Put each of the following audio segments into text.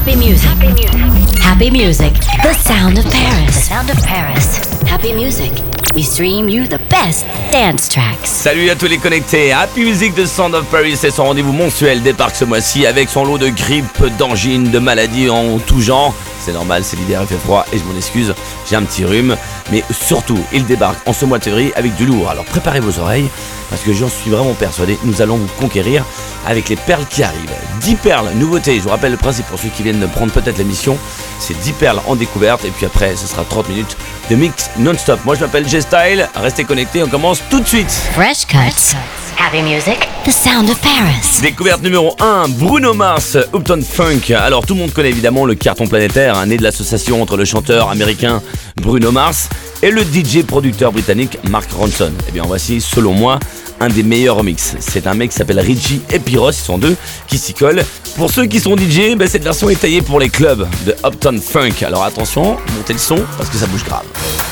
Happy music. Happy music. Happy music. The sound of Paris. The sound of Paris. Happy music. We stream you the best dance tracks. Salut à tous les connectés. Happy Music de Sound of Paris et son rendez-vous mensuel débarque ce mois-ci avec son lot de grippe, d'angines, de maladies en tout genre. C'est normal, c'est l'hiver, il fait froid et je m'en excuse, j'ai un petit rhume. Mais surtout, il débarque en ce mois de février avec du lourd. Alors préparez vos oreilles parce que j'en suis vraiment persuadé, nous allons vous conquérir avec les perles qui arrivent. 10 perles, nouveautés, je vous rappelle le principe pour ceux qui viennent de prendre peut-être l'émission. C'est 10 perles en découverte et puis après ce sera 30 minutes de mix non-stop. Moi je m'appelle G-Style, restez connectés, on commence tout de suite. Fresh Cuts. Happy music. The sound of Paris. Découverte numéro 1, Bruno Mars, Uptown Funk. Alors tout le monde connaît évidemment le carton planétaire, né de l'association entre le chanteur américain Bruno Mars et le DJ producteur britannique Mark Ronson. Et bien voici, selon moi, un des meilleurs remix. C'est un mec qui s'appelle Richie et Pyros, ils sont deux qui s'y collent. Pour ceux qui sont DJ, cette version est taillée pour les clubs de Uptown Funk. Alors attention, montez le son parce que ça bouge grave.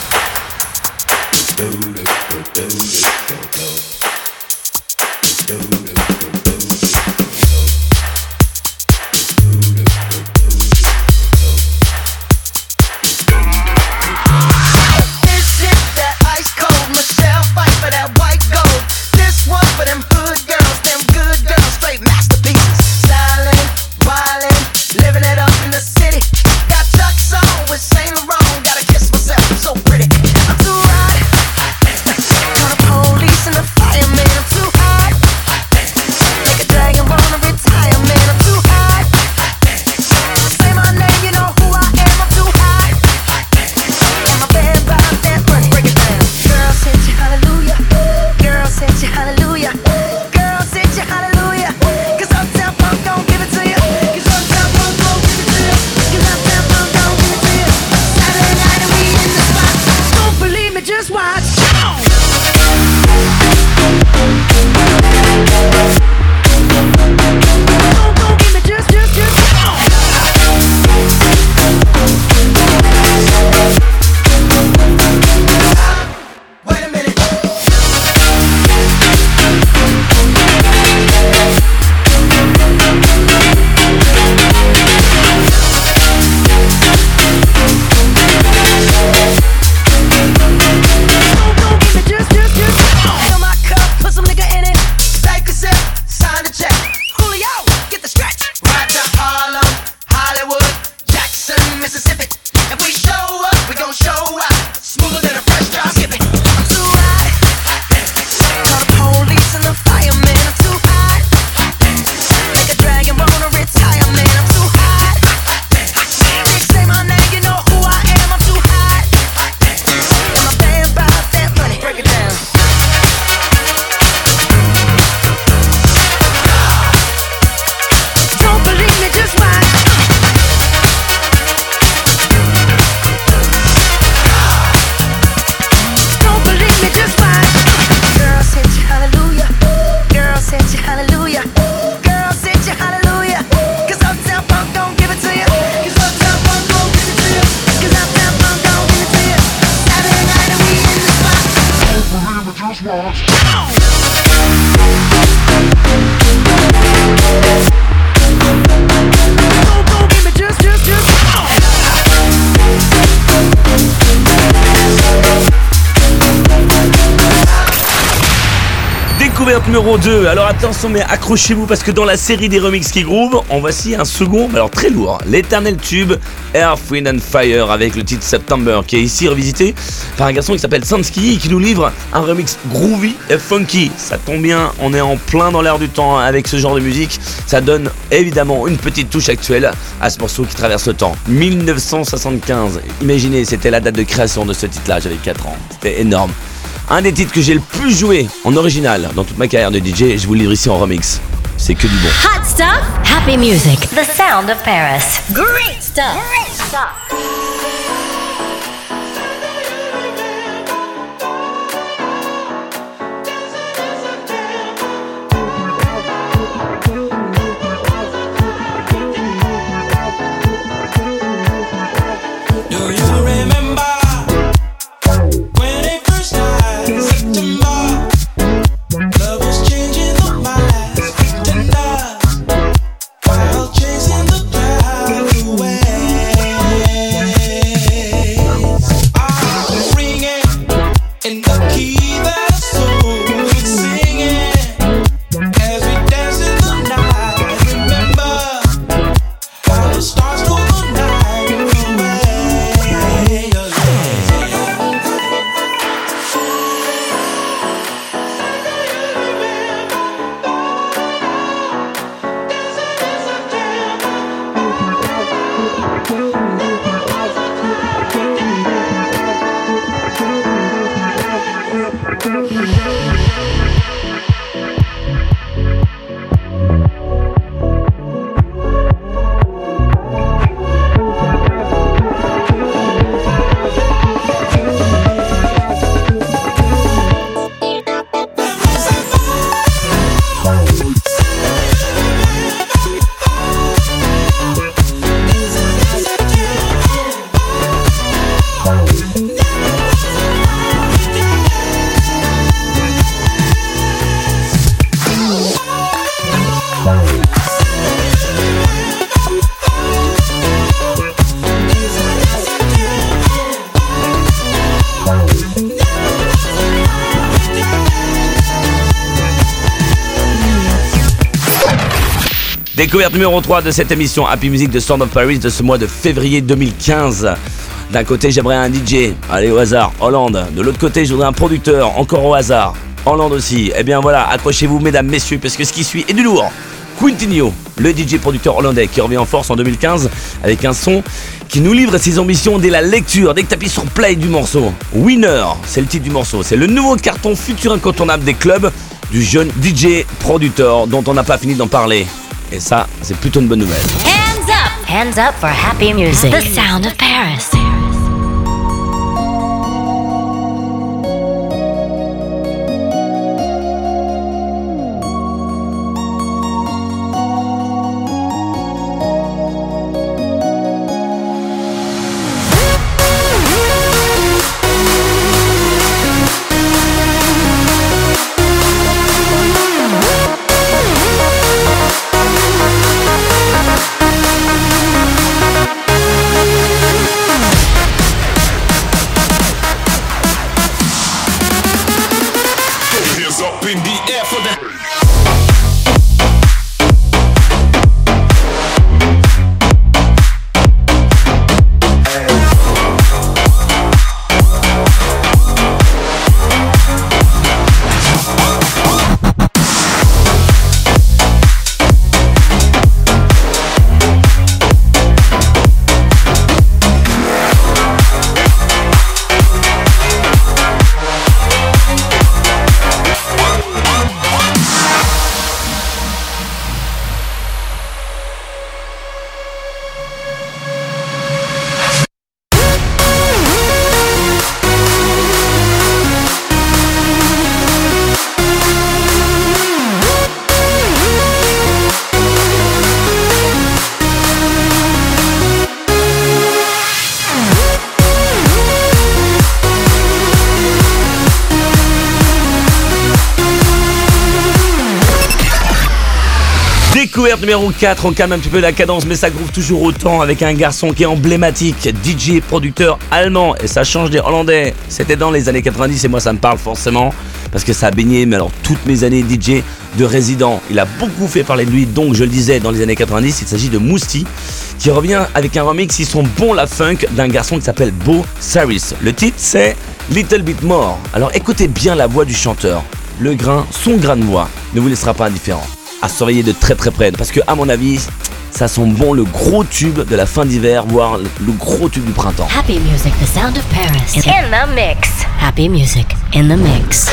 Découverte numéro 2, alors attention mais accrochez-vous parce que dans la série des remixes qui groove, en voici un second, alors très lourd, l'éternel tube Earth, Wind and Fire avec le titre September qui est ici revisité par un garçon qui s'appelle Sansky et qui nous livre un remix groovy et funky. Ça tombe bien, on est en plein dans l'air du temps avec ce genre de musique, ça donne évidemment une petite touche actuelle à ce morceau qui traverse le temps. 1975, imaginez, c'était la date de création de ce titre-là, j'avais 4 ans, c'était énorme. Un des titres que j'ai le plus joué en original dans toute ma carrière de DJ, je vous le livre ici en remix. C'est que du bon. Hot stuff, happy music. The sound of Paris. Great stuff. Great stuff. Chasing the cloud. Découverte numéro 3 de cette émission Happy Music de Sound of Paris de ce mois de février 2015. D'un côté, j'aimerais un DJ, allez au hasard, Hollande. De l'autre côté, je voudrais un producteur, encore au hasard, Hollande aussi. Eh bien voilà, accrochez-vous mesdames, messieurs, parce que ce qui suit est du lourd. Quintinho, le DJ producteur hollandais qui revient en force en 2015 avec un son qui nous livre ses ambitions dès la lecture, dès que tu appuies sur play du morceau. Winner, c'est le titre du morceau, c'est le nouveau carton futur incontournable des clubs du jeune DJ producteur dont on n'a pas fini d'en parler. Et ça, c'est plutôt une bonne nouvelle. Hands up! Hands up for happy music. The sound of Paris. Découverte numéro 4, on calme un petit peu la cadence mais ça groove toujours autant avec un garçon qui est emblématique, DJ producteur allemand et ça change des Hollandais. C'était dans les années 90 et moi ça me parle forcément parce que ça a baigné mais alors toutes mes années DJ de résident. Il a beaucoup fait parler de lui, donc je le disais dans les années 90, il s'agit de Mousti qui revient avec un remix qui sont bons la funk d'un garçon qui s'appelle Bo Saris. Le titre c'est Little Bit More. Alors écoutez bien la voix du chanteur, le grain, son grain de voix ne vous laissera pas indifférent. À surveiller de très très près parce que à mon avis ça sent bon le gros tube de la fin d'hiver voire le gros tube du printemps. Happy music, the sound of Paris. In the mix. Happy music in the mix.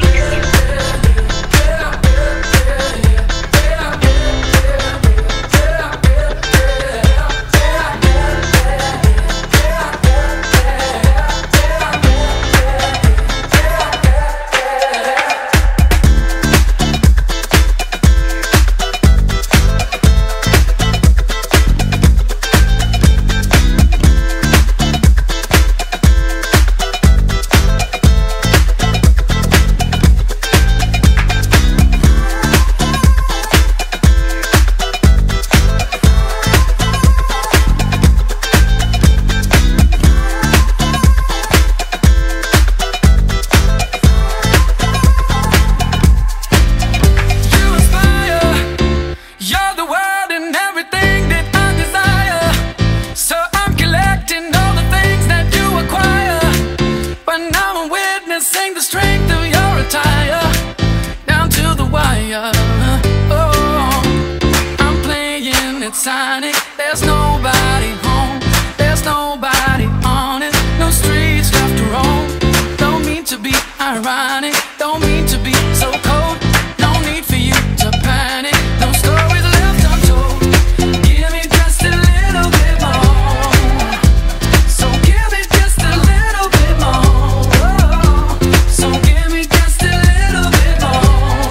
Sonic, there's nobody home, there's nobody on it, no streets left to roam. Don't mean to be ironic, don't mean to be so cold. No need for you to panic, no stories left untold. Give me just a little bit more, so give me just a little bit more. So give me just a little bit more.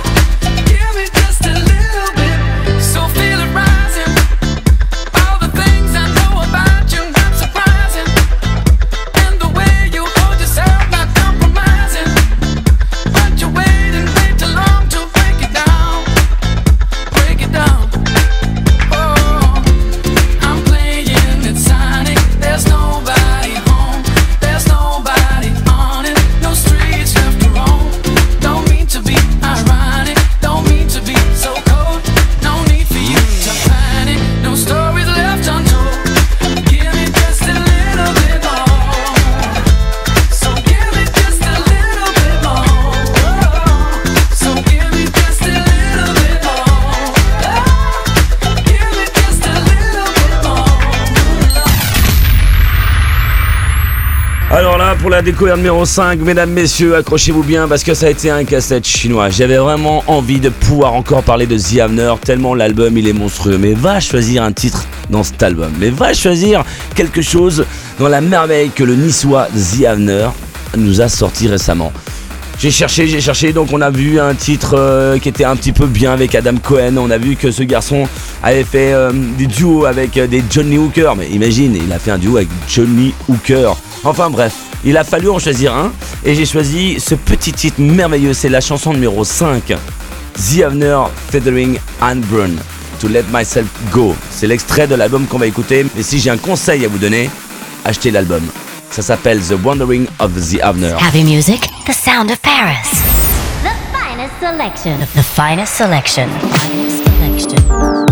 Give me just a little bit. So feel it rising, all the things voilà pour la découverte numéro 5. Mesdames, messieurs, accrochez-vous bien parce que ça a été un casse-tête chinois. J'avais vraiment envie de pouvoir encore parler de The Havner tellement l'album il est monstrueux. Mais va choisir un titre dans cet album. Mais va choisir quelque chose dans la merveille que le niçois The Havner nous a sorti récemment. J'ai cherché, donc on a vu un titre qui était un petit peu bien avec Adam Cohen. On a vu que ce garçon avait fait des duos avec des Johnny Hooker. Mais imagine, il a fait un duo avec Johnny Hooker. Enfin bref, il a fallu en choisir un. Et j'ai choisi ce petit titre merveilleux, c'est la chanson numéro 5. The Havner featuring Anne Brown, To Let Myself Go. C'est l'extrait de l'album qu'on va écouter. Et si j'ai un conseil à vous donner, achetez l'album. Ça s'appelle The Wandering of the Havner. Happy music, the sound of Paris. The finest selection. The finest selection. The finest selection.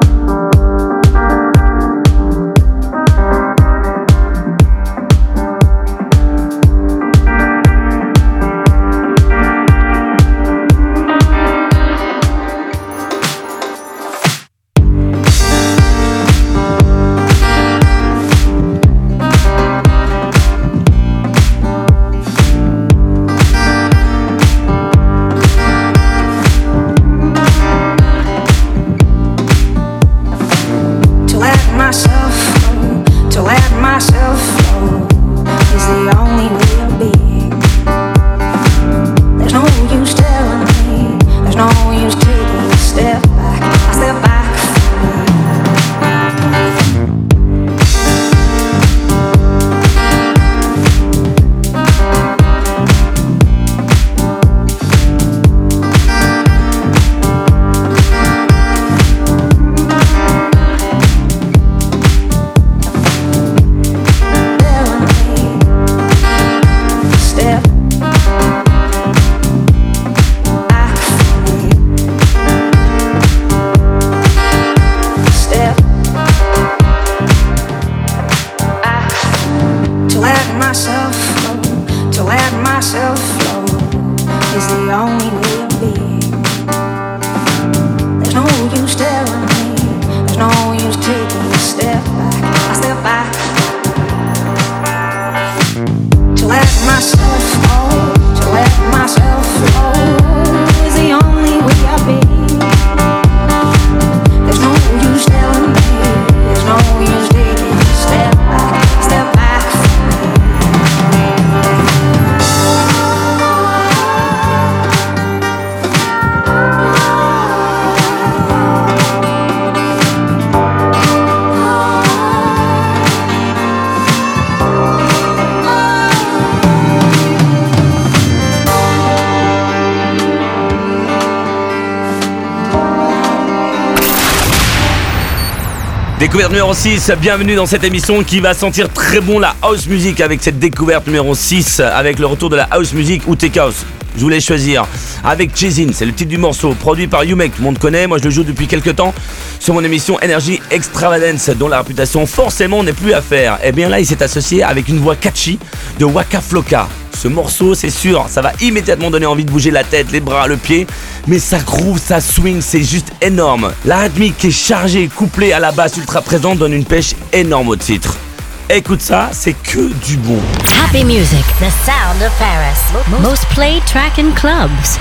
Découverte numéro 6, bienvenue dans cette émission qui va sentir très bon la house music avec cette découverte numéro 6, avec le retour de la house music ou Tech House. Je voulais choisir avec Chasing, c'est le titre du morceau, produit par Umek, tout le monde connaît, moi je le joue depuis quelques temps sur mon émission Energy Extravagance, dont la réputation forcément n'est plus à faire. Et bien là il s'est associé avec une voix catchy de Waka Flocka. Ce morceau, c'est sûr, ça va immédiatement donner envie de bouger la tête, les bras, le pied, mais ça groove, ça swing, c'est juste énorme. La rythmique qui est chargée, couplée à la basse ultra présente, donne une pêche énorme au titre. Écoute ça, c'est que du bon. Happy music, the sound of Paris. Most played track in clubs.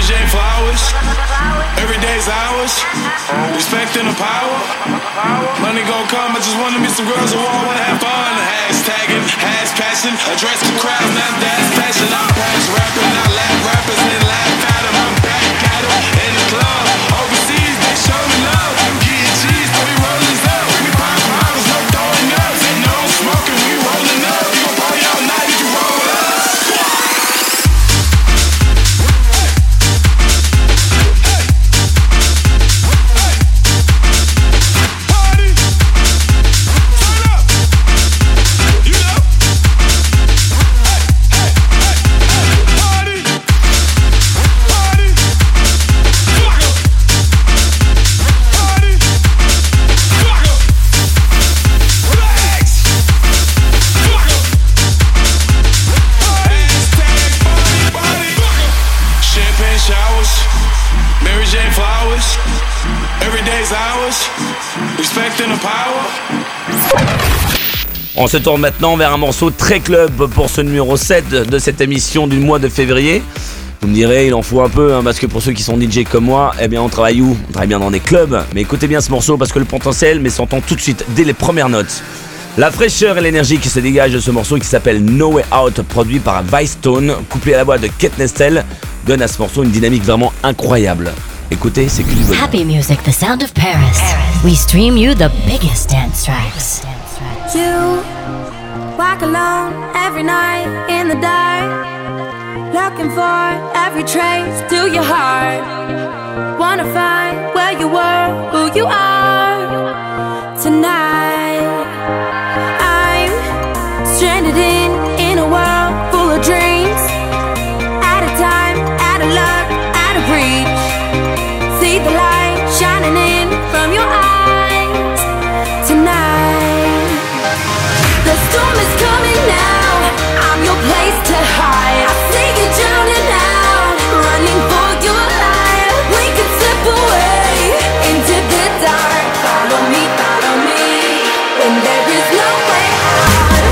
Respecting the power, money gon' come. I just wanna meet some girls who all wanna have fun. Hashtagging, hash passion, addressing crowds, not that's passion. I'm past rapping, I laugh rappers and laugh at them. I'm back at them in the club. Overseas, they show me love. I'm getting cheese, but we rolling up. We pop bottles, no throwing up. No smoking, we rolling up. You gon' party all night if you roll with us. On se tourne maintenant vers un morceau très club pour ce numéro 7 de cette émission du mois de février. Vous me direz, il en faut un peu, parce que pour ceux qui sont DJ comme moi, eh bien on travaille où ? On travaille bien dans des clubs, mais écoutez bien ce morceau parce que le potentiel s'entend tout de suite dès les premières notes. La fraîcheur et l'énergie qui se dégage de ce morceau qui s'appelle No Way Out, produit par Vicetone, couplé à la voix de Kate Nestel, donne à ce morceau une dynamique vraiment incroyable. Écoutez, c'est que du bonheur. Happy Music, the sound of Paris. We stream you the biggest dance tracks. You walk alone every night in the dark, looking for every trace to your heart. Wanna find where you were, who you are tonight. I'm stranded in a world full of dreams, out of time, out of luck, out of reach. See the light shining in from your eyes tonight. The storm is coming now, I'm your place to hide. I see you drowning out, running for your life. We could slip away into the dark. Follow me, when there is no way out.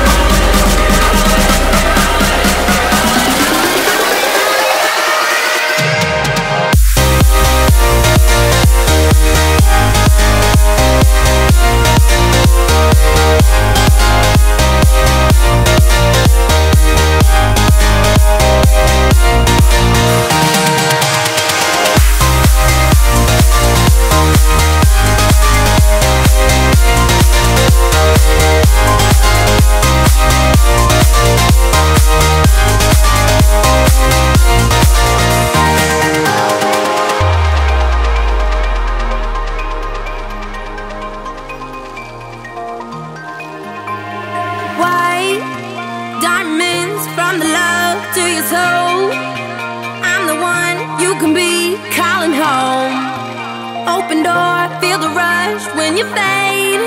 White diamonds from the love to your soul. I'm the one you can be calling home. Open door, feel the rush when you fade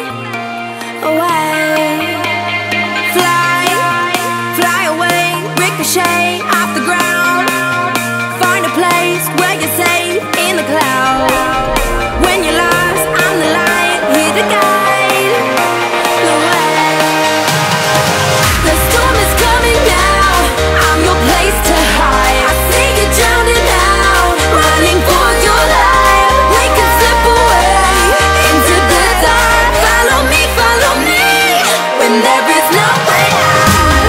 away. Fly away, ricochet off the ground. Find a place where you're safe in the clouds. When you're lost, I'm the light here to guide the way. The storm is coming now, I'm your place to hide. I see you drowning out, running for your life. We can slip away into the dark. Follow me, when there is no way out.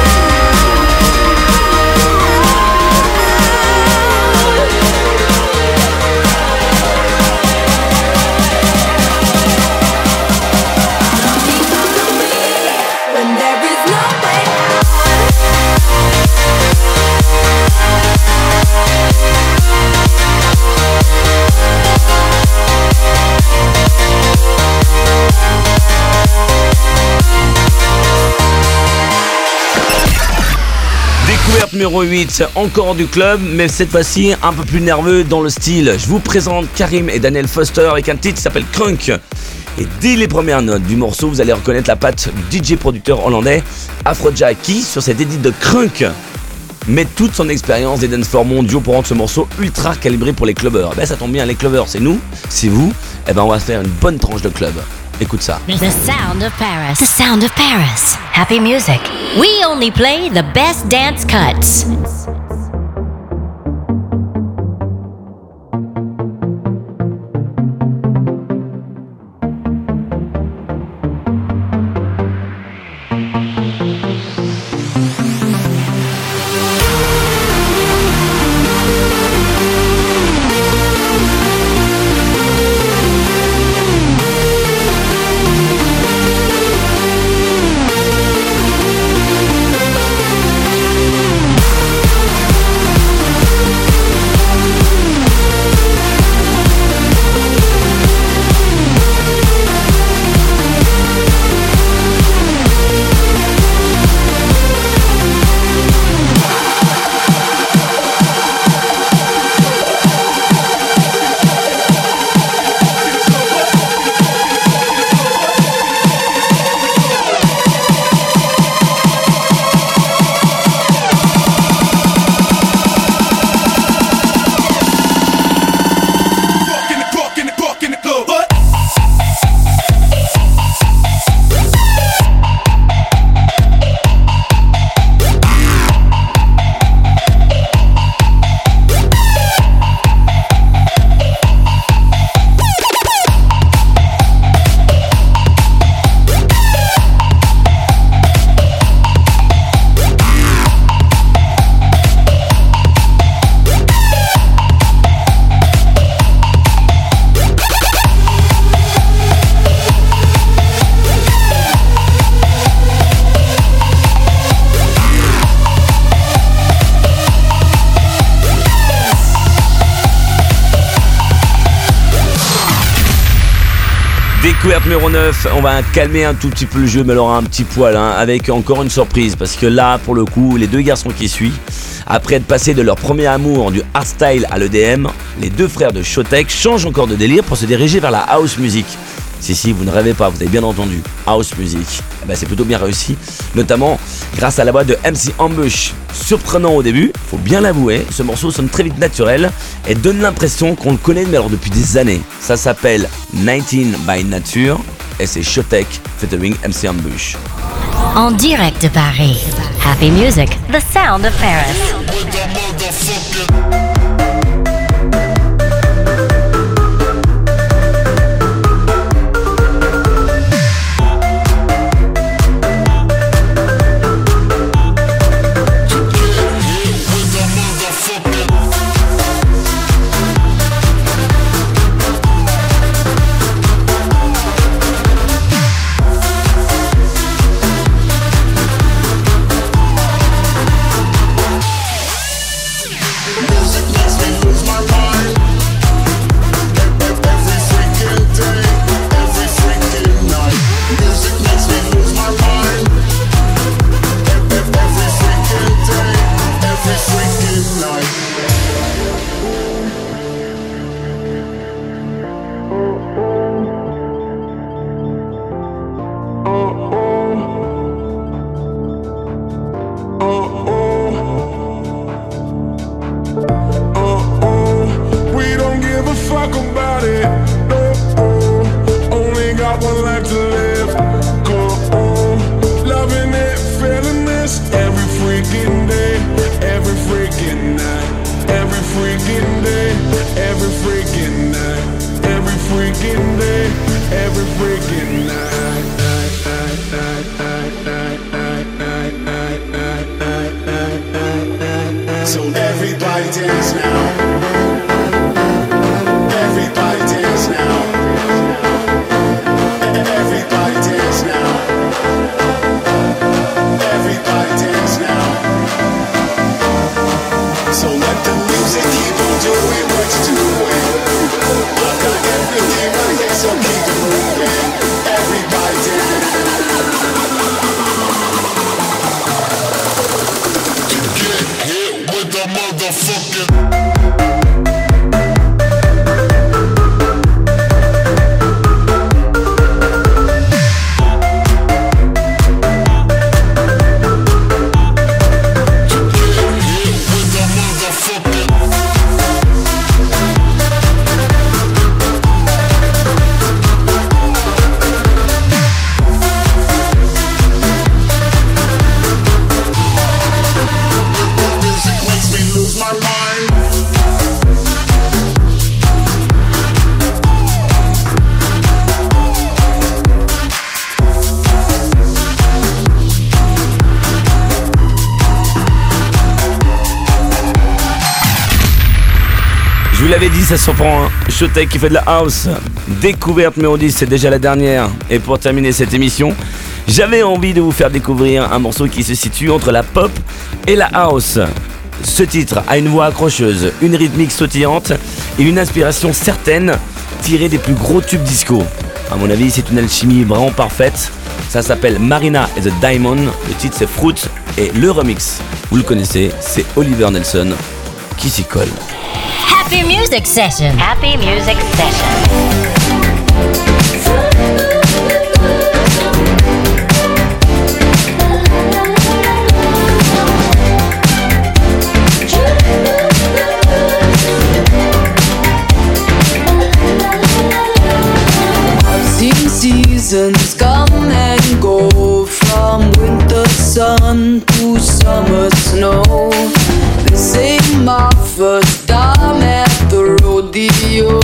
When there is no way out. Découverte numéro 8, encore du club, mais cette fois-ci un peu plus nerveux dans le style. Je vous présente Karim et Daniel Foster avec un titre qui s'appelle Crunk. Et dès les premières notes du morceau, vous allez reconnaître la patte du DJ producteur hollandais Afrojack qui, sur cette édite de Crunk, met toute son expérience des dance floors mondiaux pour rendre ce morceau ultra calibré pour les clubbers. Ben ça tombe bien, les clubbers c'est nous, c'est vous, et ben on va faire une bonne tranche de club. Écoute ça. The sound of Paris. The sound of Paris. Happy Music. We only play the best dance cuts. Découverte numéro 9, on va calmer un tout petit peu le jeu, mais alors un petit poil, avec encore une surprise, parce que là, pour le coup, les deux garçons qui suivent, après être passés de leur premier amour du hardstyle à l'EDM, les deux frères de Showtek changent encore de délire pour se diriger vers la house music. Si, vous ne rêvez pas, vous avez bien entendu, house music. C'est plutôt bien réussi, notamment grâce à la voix de MC Ambush. Surprenant au début, faut bien l'avouer, ce morceau sonne très vite naturel et donne l'impression qu'on le connaît mais alors depuis des années. Ça s'appelle 19 by Nature et c'est Showtek featuring MC Ambush. En direct de Paris, Happy Music, the sound of Paris. Je vous l'avais dit, ça surprend, Showtek qui fait de la house. Découverte numéro 10, c'est déjà la dernière. Et pour terminer cette émission, j'avais envie de vous faire découvrir un morceau qui se situe entre la pop et la house. Ce titre a une voix accrocheuse, une rythmique sautillante et une inspiration certaine tirée des plus gros tubes disco. À mon avis, c'est une alchimie vraiment parfaite. Ça s'appelle Marina and the Diamond, le titre c'est Fruit et le remix, vous le connaissez, c'est Oliver Nelson qui s'y colle. Happy Music Session. Happy Music Session. Seasons come and go, from winter sun to summer snow. This ain't my first time at the rodeo.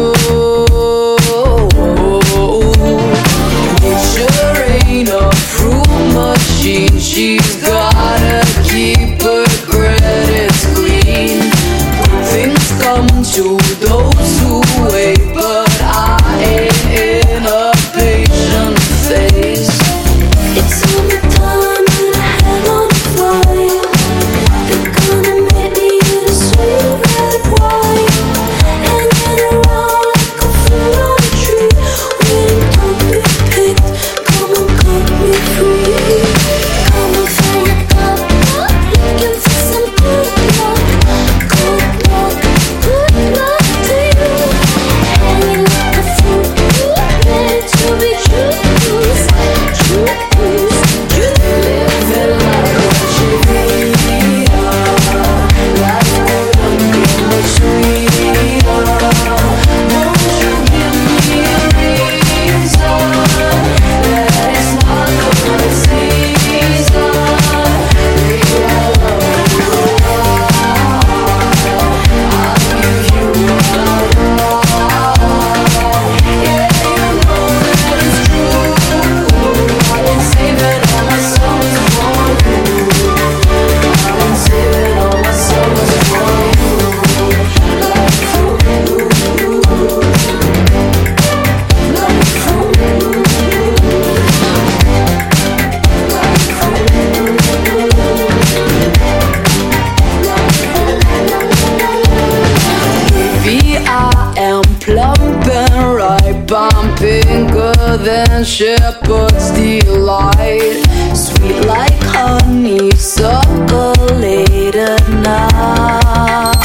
Nature ain't a fruit machine, she's gotta keep her credits clean. Things come to those who wait, but I ain't in a patient phase. It's summertime and I head on fire. sweeter than shepherd's delight, sweet like honey, late at night.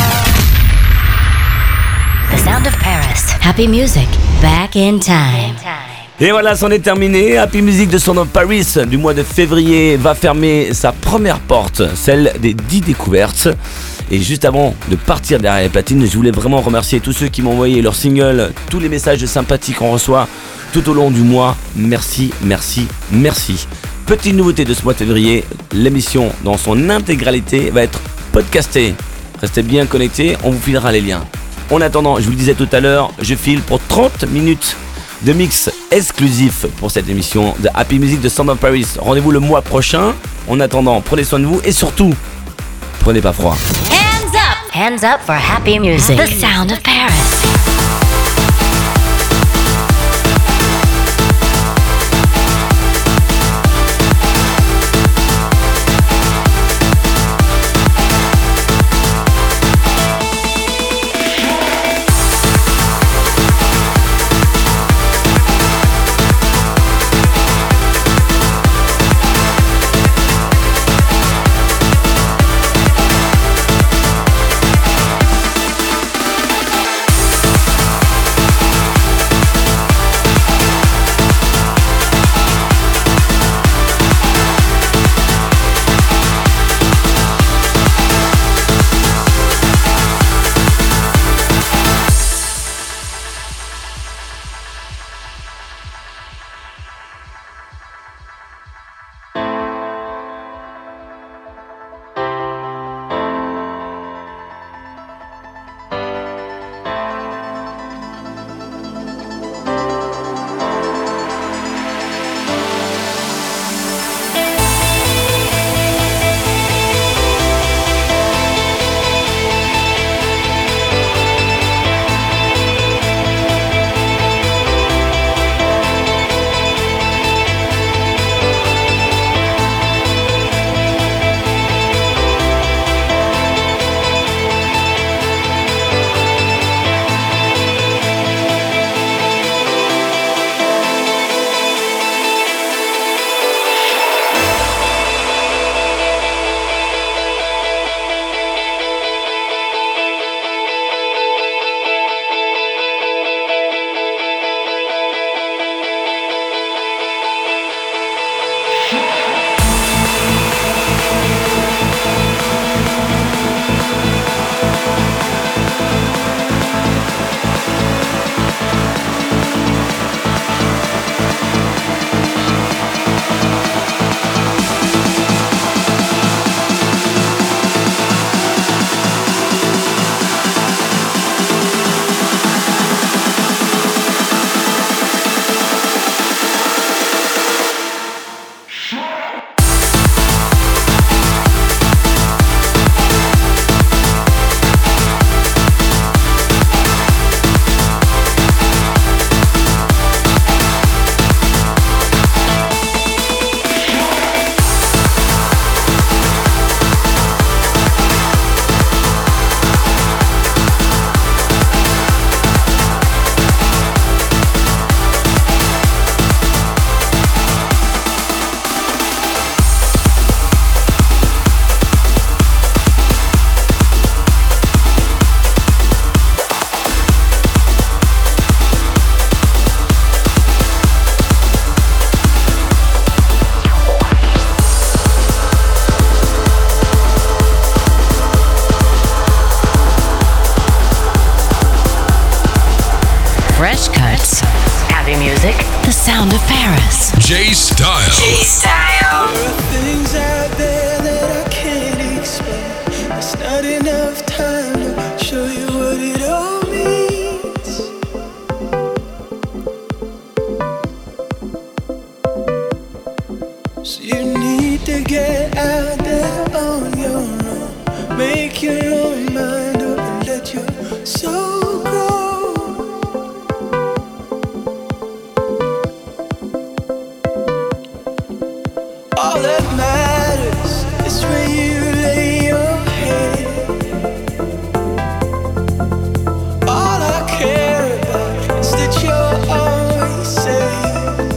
The sound of Paris. Happy music. Back in time. Et voilà, c'en est terminé. Happy Music de Sound of Paris du mois de février va fermer sa première porte, celle des 10 découvertes. Et juste avant de partir derrière les platines, je voulais vraiment remercier tous ceux qui m'ont envoyé leurs singles, tous les messages sympathiques qu'on reçoit tout au long du mois. Merci, merci, merci. Petite nouveauté de ce mois de février, l'émission dans son intégralité va être podcastée. Restez bien connectés, on vous filera les liens. En attendant, je vous le disais tout à l'heure, je file pour 30 minutes de mix exclusif pour cette émission de Happy Music de Sound of Paris. Rendez-vous le mois prochain. En attendant, prenez soin de vous et surtout, prenez pas froid. Hands up! Hands up for happy music. The sound of Paris. Fresh cuts. Happy music. The sound of Paris. J Style. There are things out there that I can't explain. There's not enough time to show you what it all means. So you need to get out there on your own. Make your own mind up and let your soul grow. All that matters is where you lay your head. All I care about is that you're always safe.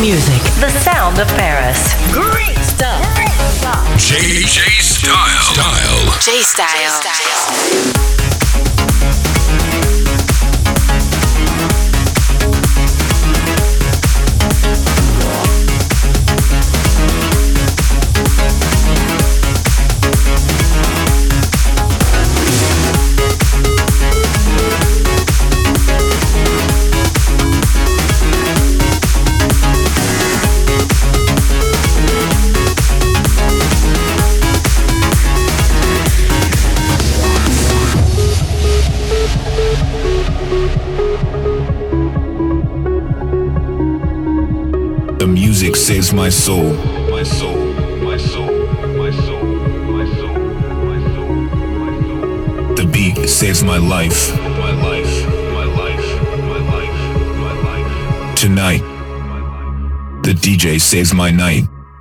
music, the sound of Paris. Great stuff. J Style. J Style. The music saves my soul. My soul. My soul. My soul. My soul. My soul. My soul. The beat saves my life. My life. My life. My life. My life. Tonight, the DJ saves my night.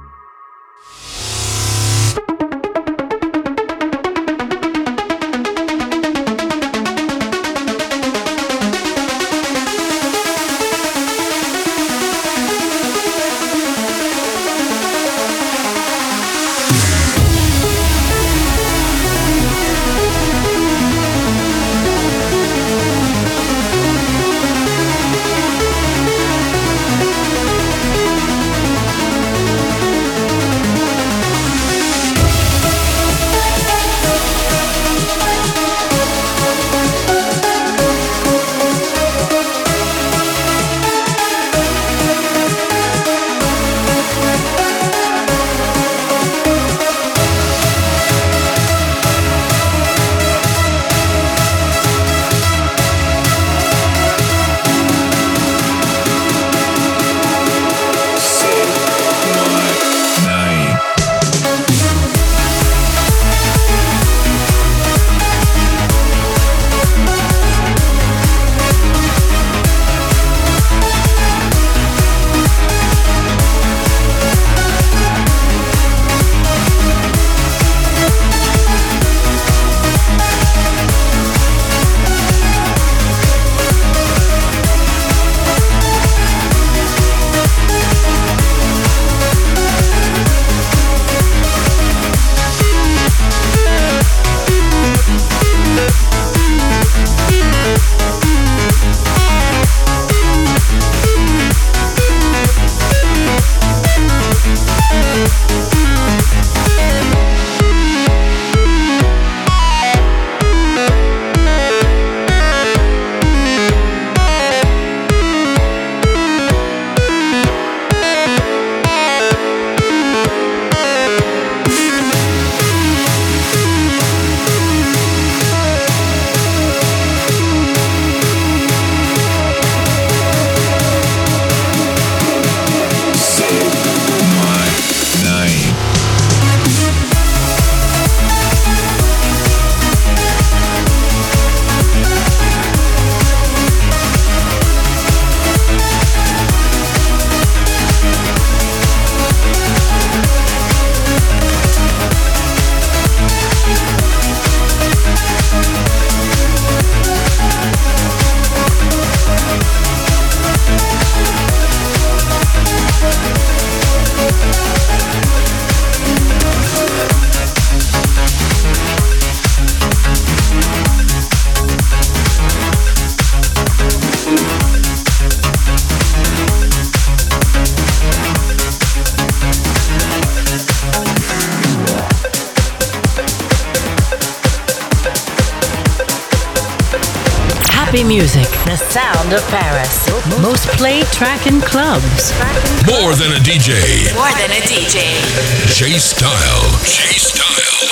Happy music, the sound of Paris. Most played track in clubs. More than a DJ. More than a DJ. J Style. J Style.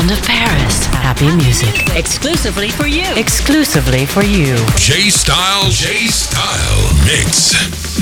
sound of Paris. Happy music. Exclusively for you. Exclusively for you. J-Style Mix.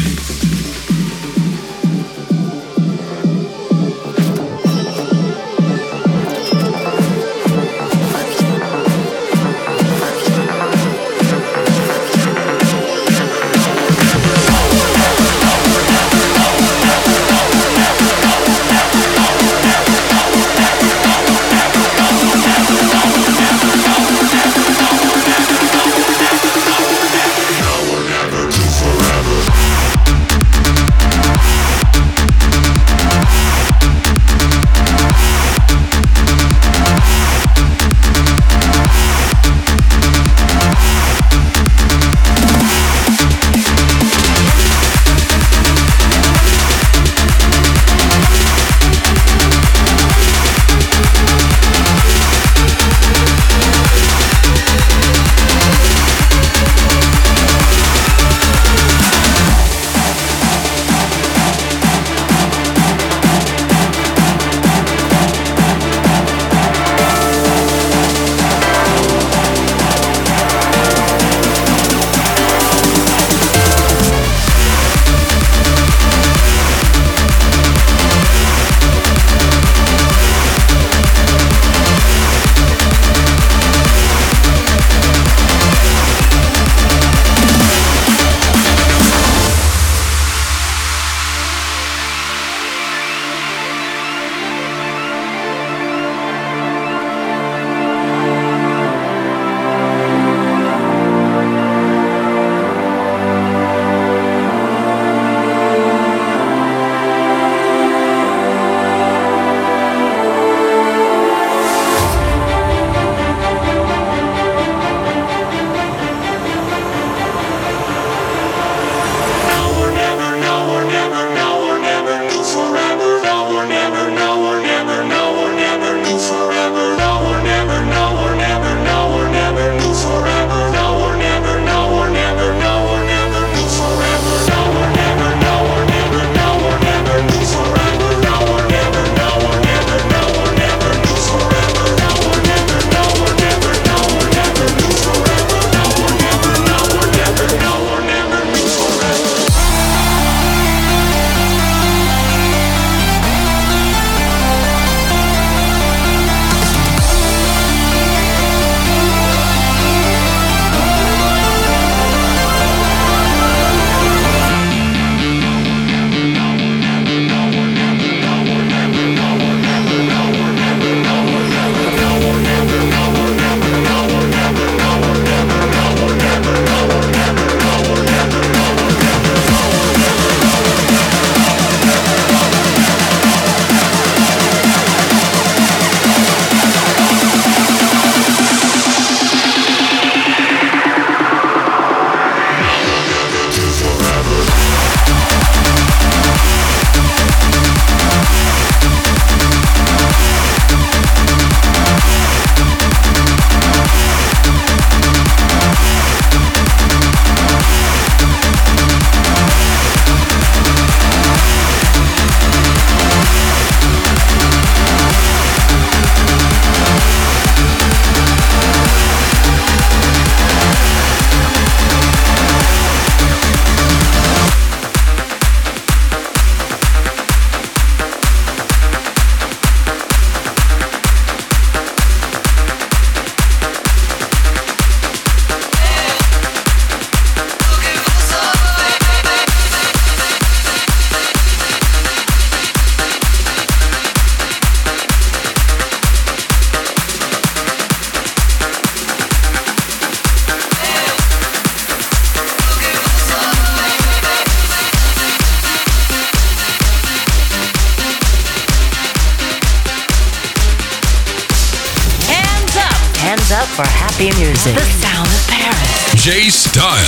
up for happy music. The sound of Paris. J-Style.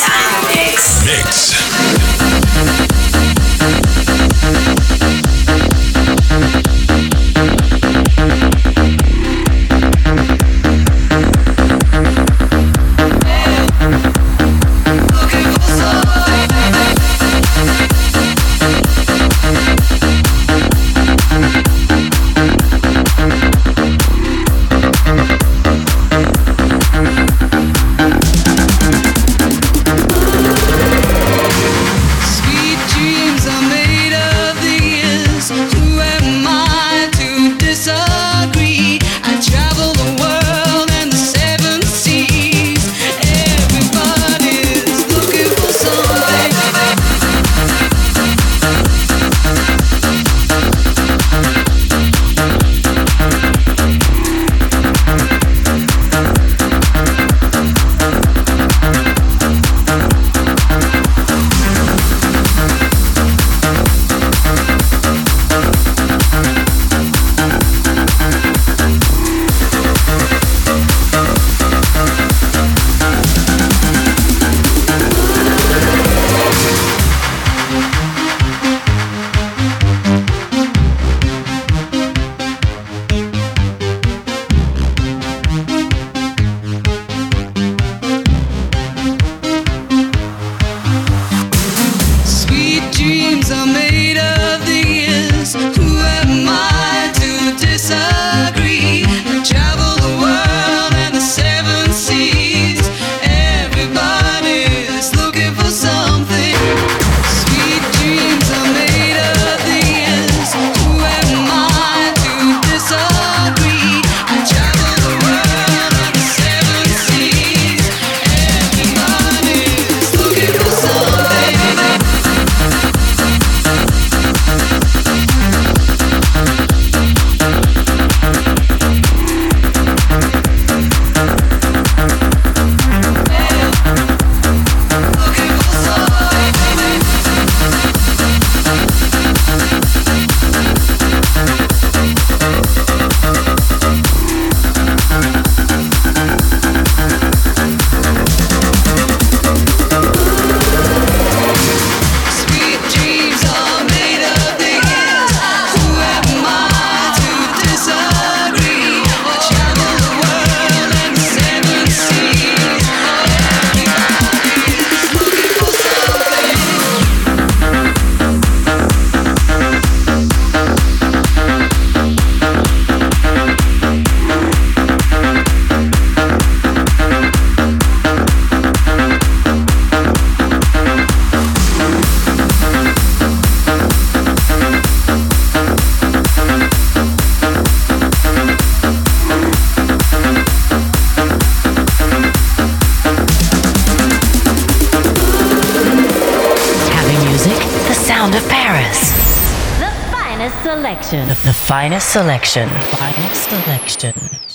Mix. sound of Paris. The finest selection. The finest selection. Finest selection.